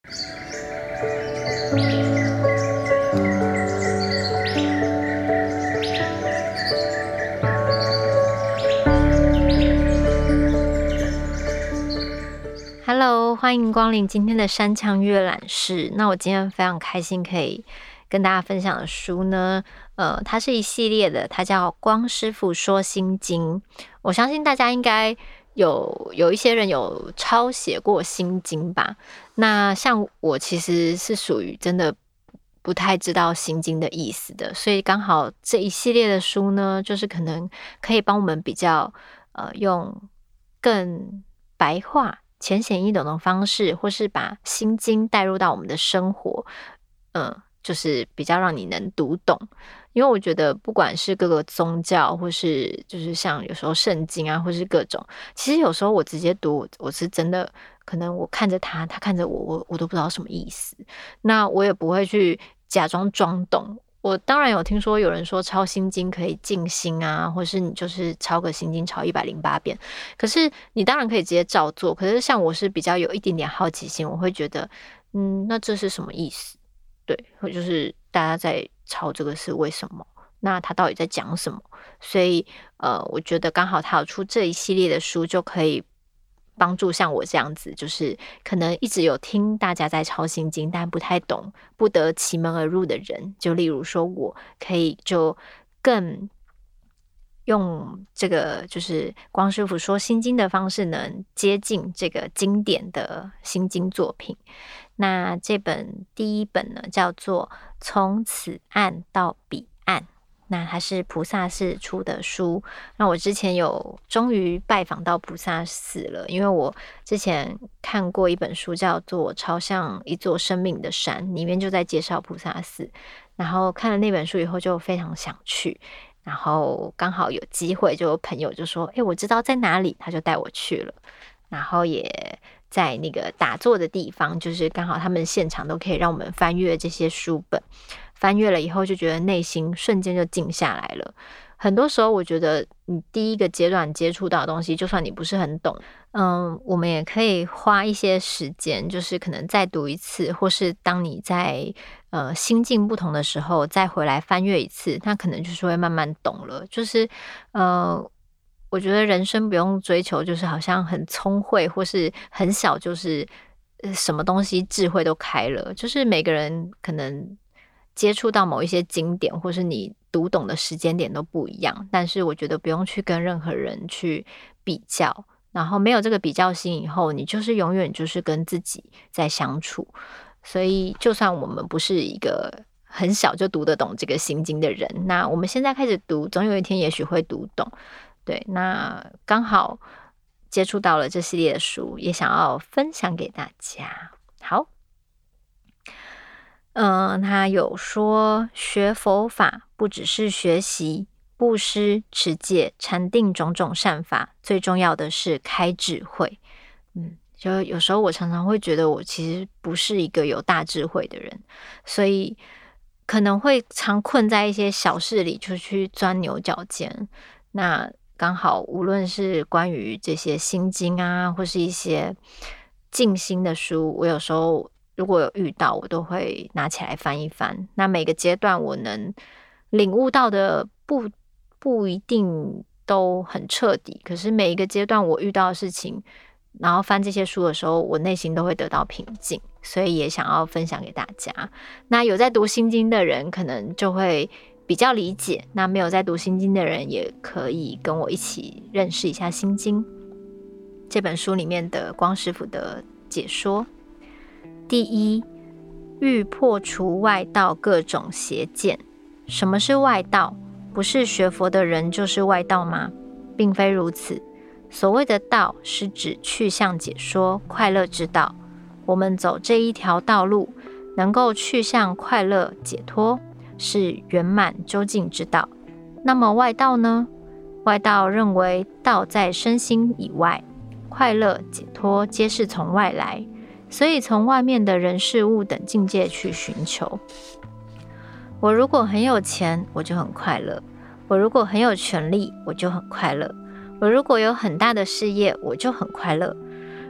Hello， 欢迎光临今天的山羌阅览室。那我今天非常开心可以跟大家分享的书呢，它是一系列的，它叫《光师傅说心经》。我相信大家应该有一些人有抄写过心经吧。那像我其实是属于真的不太知道心经的意思的，所以刚好这一系列的书呢，就是可能可以帮我们比较用更白话浅显易懂的方式，或是把心经带入到我们的生活，就是比较让你能读懂。因为我觉得不管是各个宗教，或是就是像有时候圣经啊，或是各种，其实有时候我直接读，我是真的可能我看着他看着我都不知道什么意思，那我也不会去假装装懂。我当然有听说有人说抄心经可以静心啊，或是你就是抄个心经抄108遍，可是你当然可以直接照做，可是像我是比较有一点点好奇心，我会觉得那这是什么意思？对，或就是大家在抄这个是为什么？那他到底在讲什么？所以我觉得刚好他有出这一系列的书，就可以帮助像我这样子，就是可能一直有听大家在抄心经，但不太懂、不得其门而入的人，就例如说我可以就更用这个就是光师傅说心经的方式，能接近这个经典的心经作品。那这本第一本呢，叫做《从此岸到彼岸》。那它是菩萨寺出的书。那我之前有终于拜访到菩萨寺了，因为我之前看过一本书叫做《朝向一座生命的山》，里面就在介绍菩萨寺。然后看了那本书以后，就非常想去。然后刚好有机会，就有朋友就说：“我知道在哪里。”他就带我去了。然后也在那个打坐的地方，就是刚好他们现场都可以让我们翻阅这些书本，翻阅了以后就觉得内心瞬间就静下来了。很多时候我觉得你第一个阶段接触到的东西，就算你不是很懂，我们也可以花一些时间，就是可能再读一次，或是当你在心境不同的时候再回来翻阅一次，那可能就是会慢慢懂了。就是我觉得人生不用追求就是好像很聪慧，或是很小就是什么东西智慧都开了，就是每个人可能接触到某一些经典，或是你读懂的时间点都不一样，但是我觉得不用去跟任何人去比较，然后没有这个比较心以后，你就是永远就是跟自己在相处。所以就算我们不是一个很小就读得懂这个心经的人，那我们现在开始读，总有一天也许会读懂。对，那刚好接触到了这系列的书，也想要分享给大家。好，他有说学佛法不只是学习布施、持戒、禅定种种善法，最重要的是开智慧。就有时候我常常会觉得我其实不是一个有大智慧的人，所以可能会常困在一些小事里，就去钻牛角尖。那刚好无论是关于这些心经啊，或是一些静心的书，我有时候如果有遇到，我都会拿起来翻一翻。那每个阶段我能领悟到的不一定都很彻底，可是每一个阶段我遇到的事情，然后翻这些书的时候，我内心都会得到平静，所以也想要分享给大家。那有在读心经的人可能就会比较理解，那没有在读心经的人也可以跟我一起认识一下心经。这本书里面的光师傅的解说：第一，欲破除外道各种邪见。什么是外道？不是学佛的人就是外道吗？并非如此。所谓的道是指去向解说、快乐之道。我们走这一条道路，能够去向快乐解脱，是圆满究竟之道。那么外道呢？外道认为道在身心以外，快乐解脱皆是从外来，所以从外面的人事物等境界去寻求。我如果很有钱，我就很快乐；我如果很有权利，我就很快乐；我如果有很大的事业，我就很快乐；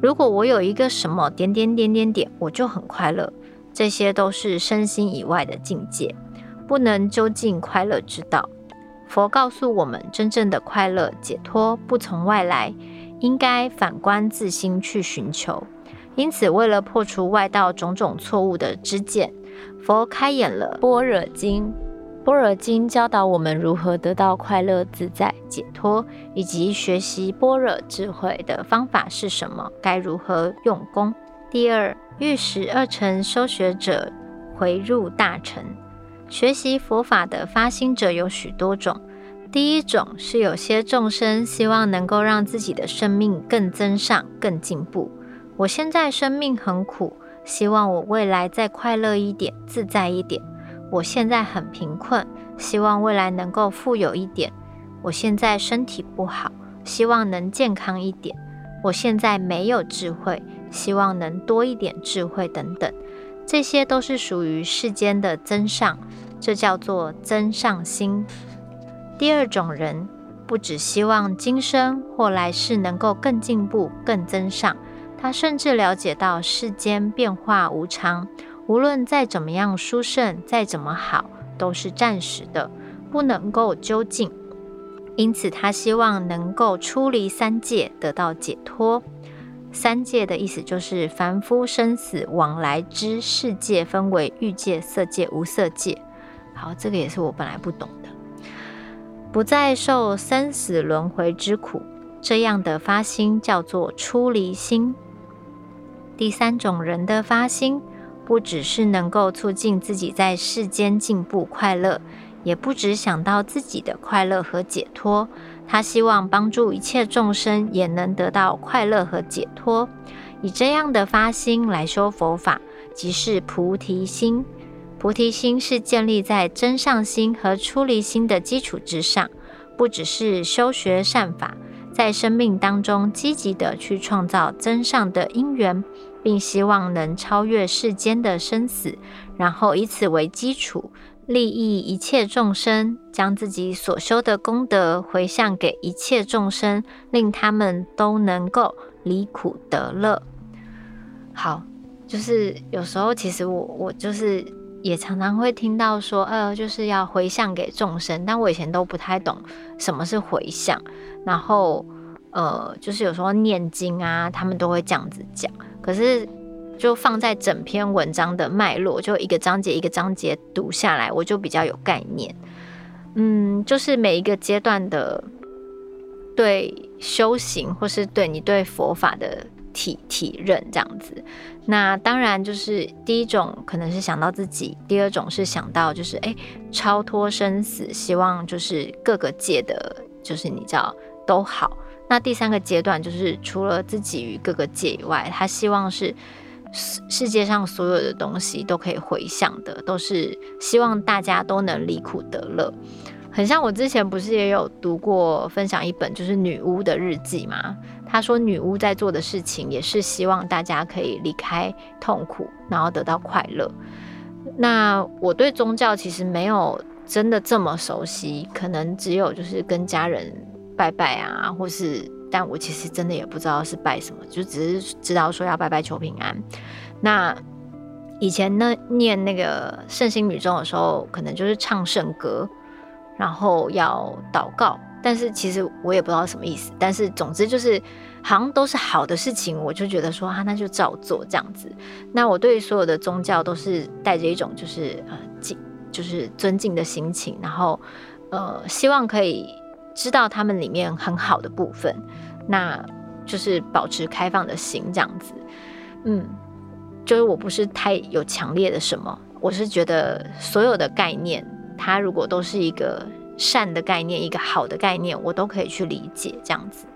如果我有一个什么点点点点点，我就很快乐。这些都是身心以外的境界，不能究竟快乐之道。佛告诉我们，真正的快乐解脱不从外来，应该反观自心去寻求。因此，为了破除外道种种错误的知见，佛开演了《般若经》。《般若经》教导我们如何得到快乐、自在、解脱，以及学习般若智慧的方法是什么，该如何用功。第二，欲使二乘修学者回入大乘。学习佛法的发心者有许多种。第一种是有些众生希望能够让自己的生命更增上、更进步。我现在生命很苦，希望我未来再快乐一点、自在一点。我现在很贫困，希望未来能够富有一点。我现在身体不好，希望能健康一点。我现在没有智慧，希望能多一点智慧等等。这些都是属于世间的增上，这叫做增上心。第二种人，不只希望今生或来世能够更进步、更增上，他甚至了解到世间变化无常，无论再怎么样殊胜，再怎么好，都是暂时的，不能够究竟。因此他希望能够出离三界，得到解脱。三界的意思就是凡夫生死往来之世界，分为欲界、色界、无色界。好，这个也是我本来不懂的。不再受生死轮回之苦，这样的发心叫做出离心。第三种人的发心，不只是能够促进自己在世间进步快乐，也不只想到自己的快乐和解脱，他希望帮助一切众生也能得到快乐和解脱。以这样的发心来修佛法，即是菩提心。菩提心是建立在真上心和出离心的基础之上，不只是修学善法，在生命当中积极的去创造真上的因缘，并希望能超越世间的生死，然后以此为基础，利益一切众生，将自己所修的功德回向给一切众生，令他们都能够离苦得乐。好，就是有时候其实我就是也常常会听到说，就是要回向给众生，但我以前都不太懂什么是回向，然后就是有时候念经啊，他们都会这样子讲，可是就放在整篇文章的脉络，就一个章节一个章节读下来，我就比较有概念。就是每一个阶段的对修行，或是对你对佛法的体认这样子。那当然就是第一种可能是想到自己，第二种是想到就是超脱生死，希望就是各个界的就是你知道都好。那第三个阶段就是除了自己与各个界以外，他希望是世界上所有的东西都可以回向的，都是希望大家都能离苦得乐。很像我之前不是也有读过分享一本就是女巫的日记吗？她说女巫在做的事情也是希望大家可以离开痛苦，然后得到快乐。那我对宗教其实没有真的这么熟悉，可能只有就是跟家人拜拜啊，或是但我其实真的也不知道是拜什么，就只是知道说要拜拜求平安。那以前呢念那个圣心女中的时候，可能就是唱圣歌，然后要祷告，但是其实我也不知道什么意思，但是总之就是好像都是好的事情，我就觉得说那就照做这样子。那我对所有的宗教都是带着一种就是尊敬的心情，然后希望可以知道他们里面很好的部分，那就是保持开放的心这样子。就是我不是太有强烈的什么，我是觉得所有的概念它如果都是一个善的概念，一个好的概念，我都可以去理解这样子。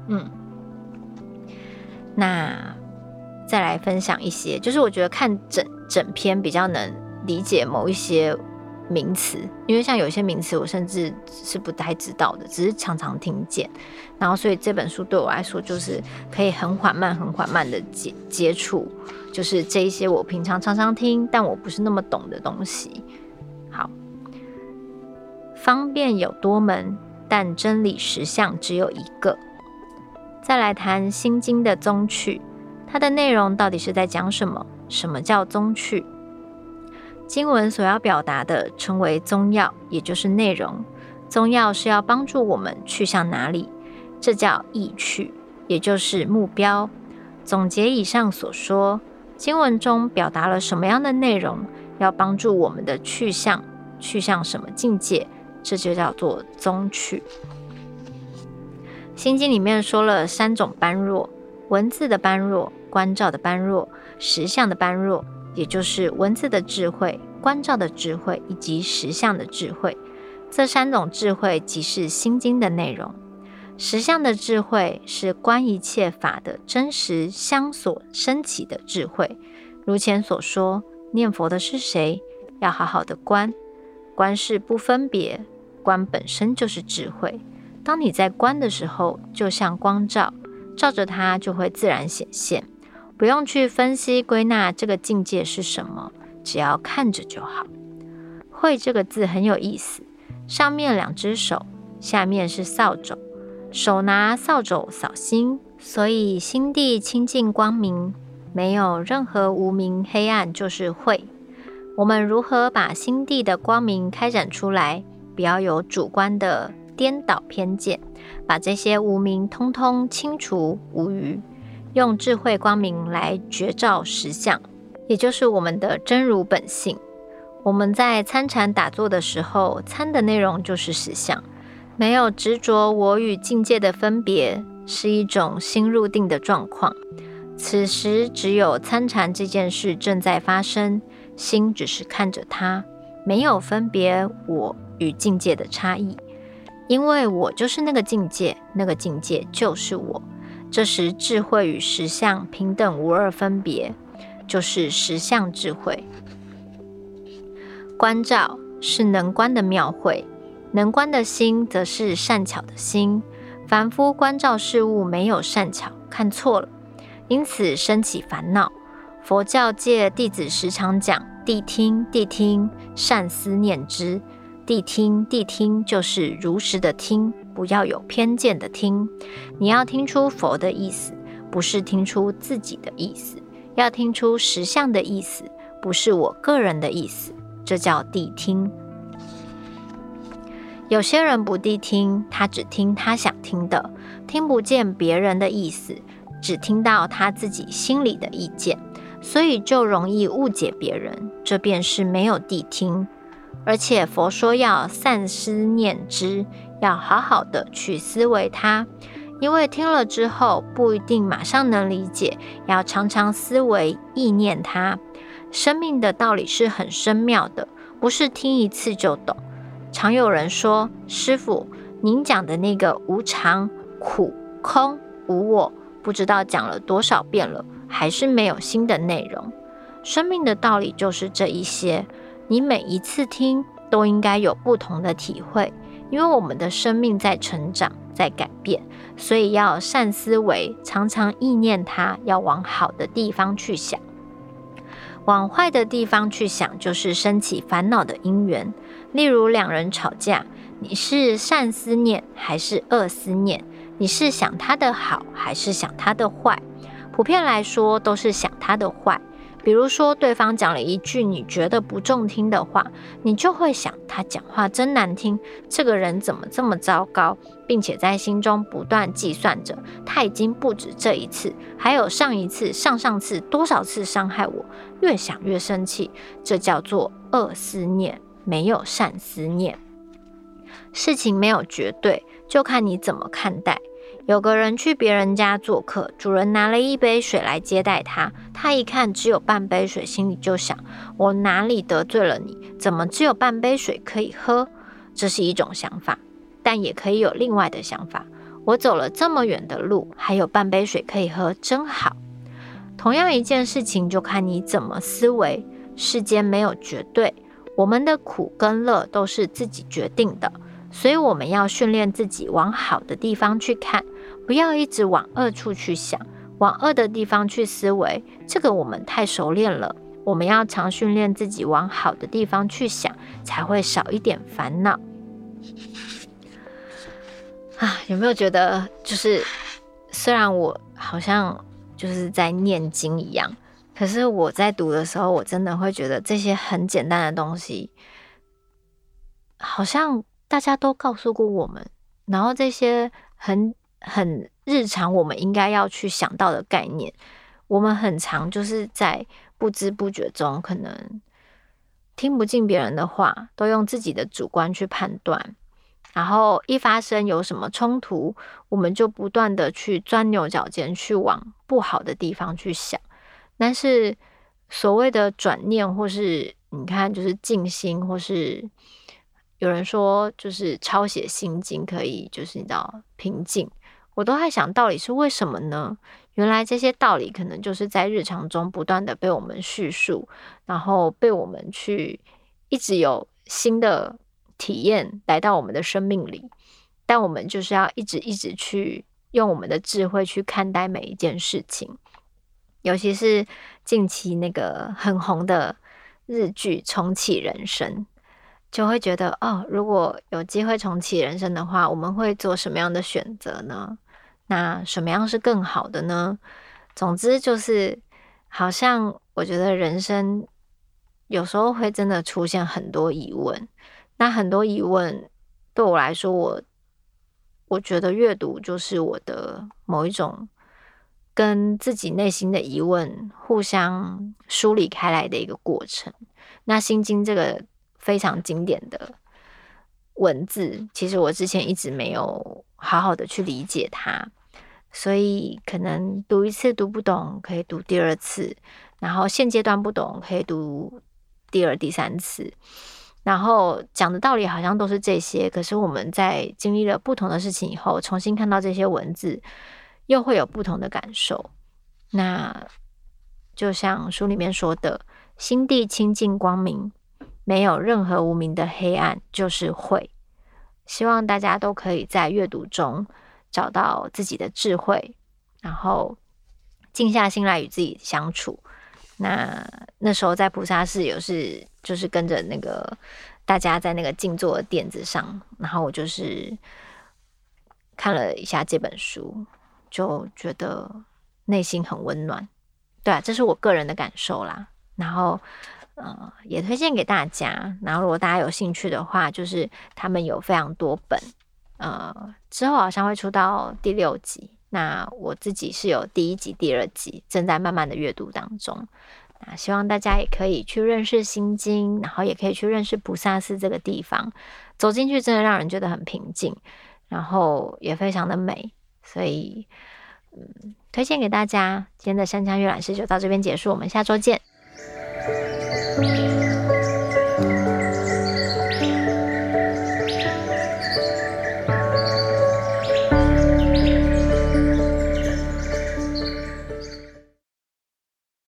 那再来分享一些，就是我觉得看整篇比较能理解某一些名词，因为像有些名词我甚至是不太知道的，只是常常听见，然后所以这本书对我来说就是可以很缓慢的接触，就是这一些我平常常常听但我不是那么懂的东西。好，方便有多门，但真理实相只有一个。再来谈心经的宗趣， 它的内容到底是在讲什么？什么叫宗趣？经文所要表达的称为宗要，也就是内容。宗要是要帮助我们去向哪里，这叫意趣，也就是目标。总结以上所说，经文中表达了什么样的内容，要帮助我们的去向什么境界，这就叫做宗趣。心经里面说了3种般若：文字的般若、观照的般若、实相的般若，也就是文字的智慧、观照的智慧以及实相的智慧。这3种智慧即是心经的内容。实相的智慧是观一切法的真实相所升起的智慧。如前所说，念佛的是谁？要好好的观，观是不分别，观本身就是智慧。当你在观的时候，就像光照，照着它就会自然显现，不用去分析归纳这个境界是什么，只要看着就好。慧这个字很有意思，上面2只手，下面是扫帚，手拿扫帚扫心，所以心地清净光明，没有任何无明黑暗，就是慧。我们如何把心地的光明开展出来？不要有主观的颠倒偏见，把这些无明通通清除无余，用智慧光明来觉照实相，也就是我们的真如本性。我们在参禅打坐的时候，参的内容就是实相，没有执着我与境界的分别，是一种心入定的状况。此时只有参禅这件事正在发生，心只是看着它，没有分别我与境界的差异，因为我就是那个境界，那个境界就是我。这时智慧与实相平等无二分别，就是实相智慧。观照是能观的妙慧，能观的心则是善巧的心。凡夫观照事物没有善巧，看错了，因此生起烦恼。佛教界弟子时常讲谛听，谛听，善思念之。谛听，谛听就是如实的听，不要有偏见的听。你要听出佛的意思，不是听出自己的意思，要听出实相的意思，不是我个人的意思，这叫谛听。有些人不谛听，他只听他想听的，听不见别人的意思，只听到他自己心里的意见，所以就容易误解别人，这便是没有谛听。而且佛说要善思念之，要好好的去思维它，因为听了之后不一定马上能理解，要常常思维意念它。生命的道理是很深妙的，不是听一次就懂。常有人说，师父，您讲的那个无常、苦、空、无我，不知道讲了多少遍了，还是没有新的内容。生命的道理就是这一些，你每一次听都应该有不同的体会，因为我们的生命在成长，在改变，所以要善思维，常常意念它，要往好的地方去想。往坏的地方去想，就是升起烦恼的因缘。例如2人吵架，你是善思念还是恶思念？你是想他的好还是想他的坏？普遍来说都是想他的坏。比如说对方讲了一句你觉得不中听的话，你就会想他讲话真难听，这个人怎么这么糟糕，并且在心中不断计算着，他已经不止这一次，还有上一次、上上次多少次伤害我，越想越生气，这叫做恶思念，没有善思念。事情没有绝对，就看你怎么看待。有个人去别人家做客，主人拿了一杯水来接待他，他一看只有半杯水，心里就想，我哪里得罪了你，怎么只有半杯水可以喝？这是一种想法，但也可以有另外的想法，我走了这么远的路，还有半杯水可以喝，真好。同样一件事情，就看你怎么思维。世间没有绝对，我们的苦跟乐都是自己决定的，所以我们要训练自己往好的地方去看，不要一直往恶处去想，往恶的地方去思维，这个我们太熟练了。我们要常训练自己往好的地方去想，才会少一点烦恼。有没有觉得，就是虽然我好像就是在念经一样。可是我在读的时候，我真的会觉得这些很简单的东西，好像大家都告诉过我们，然后这些很日常我们应该要去想到的概念，我们很常就是在不知不觉中，可能听不进别人的话，都用自己的主观去判断，然后一发生有什么冲突，我们就不断的去钻牛角尖，去往不好的地方去想。但是所谓的转念，或是你看就是静心，或是有人说就是抄写心经可以就是你知道平静，我都在想到底是为什么呢？原来这些道理可能就是在日常中不断的被我们叙述，然后被我们去一直有新的体验来到我们的生命里，但我们就是要一直去用我们的智慧去看待每一件事情。尤其是近期那个很红的日剧重启人生，就会觉得如果有机会重启人生的话，我们会做什么样的选择呢？那什么样是更好的呢？总之就是好像我觉得人生有时候会真的出现很多疑问，那很多疑问对我来说，我觉得阅读就是我的某一种跟自己内心的疑问互相梳理开来的一个过程。那心经这个非常经典的文字，其实我之前一直没有好好的去理解它，所以可能读一次读不懂，可以读第二次，然后现阶段不懂，可以读第二、第三次。然后讲的道理好像都是这些，可是我们在经历了不同的事情以后，重新看到这些文字，又会有不同的感受。那就像书里面说的，心地清净光明，没有任何无明的黑暗，就是慧。希望大家都可以在阅读中找到自己的智慧，然后静下心来与自己相处。那时候在菩萨寺就是跟着那个大家在那个静坐的垫子上，然后我就是看了一下这本书，就觉得内心很温暖。对啊，这是我个人的感受啦。然后也推荐给大家。然后如果大家有兴趣的话，就是他们有非常多本，之后好像会出到第6集。那我自己是有第1集、第2集，正在慢慢的阅读当中。那希望大家也可以去认识心经，然后也可以去认识菩萨寺这个地方。走进去真的让人觉得很平静，然后也非常的美，所以推荐给大家。今天的山羌阅览室就到这边结束，我们下周见。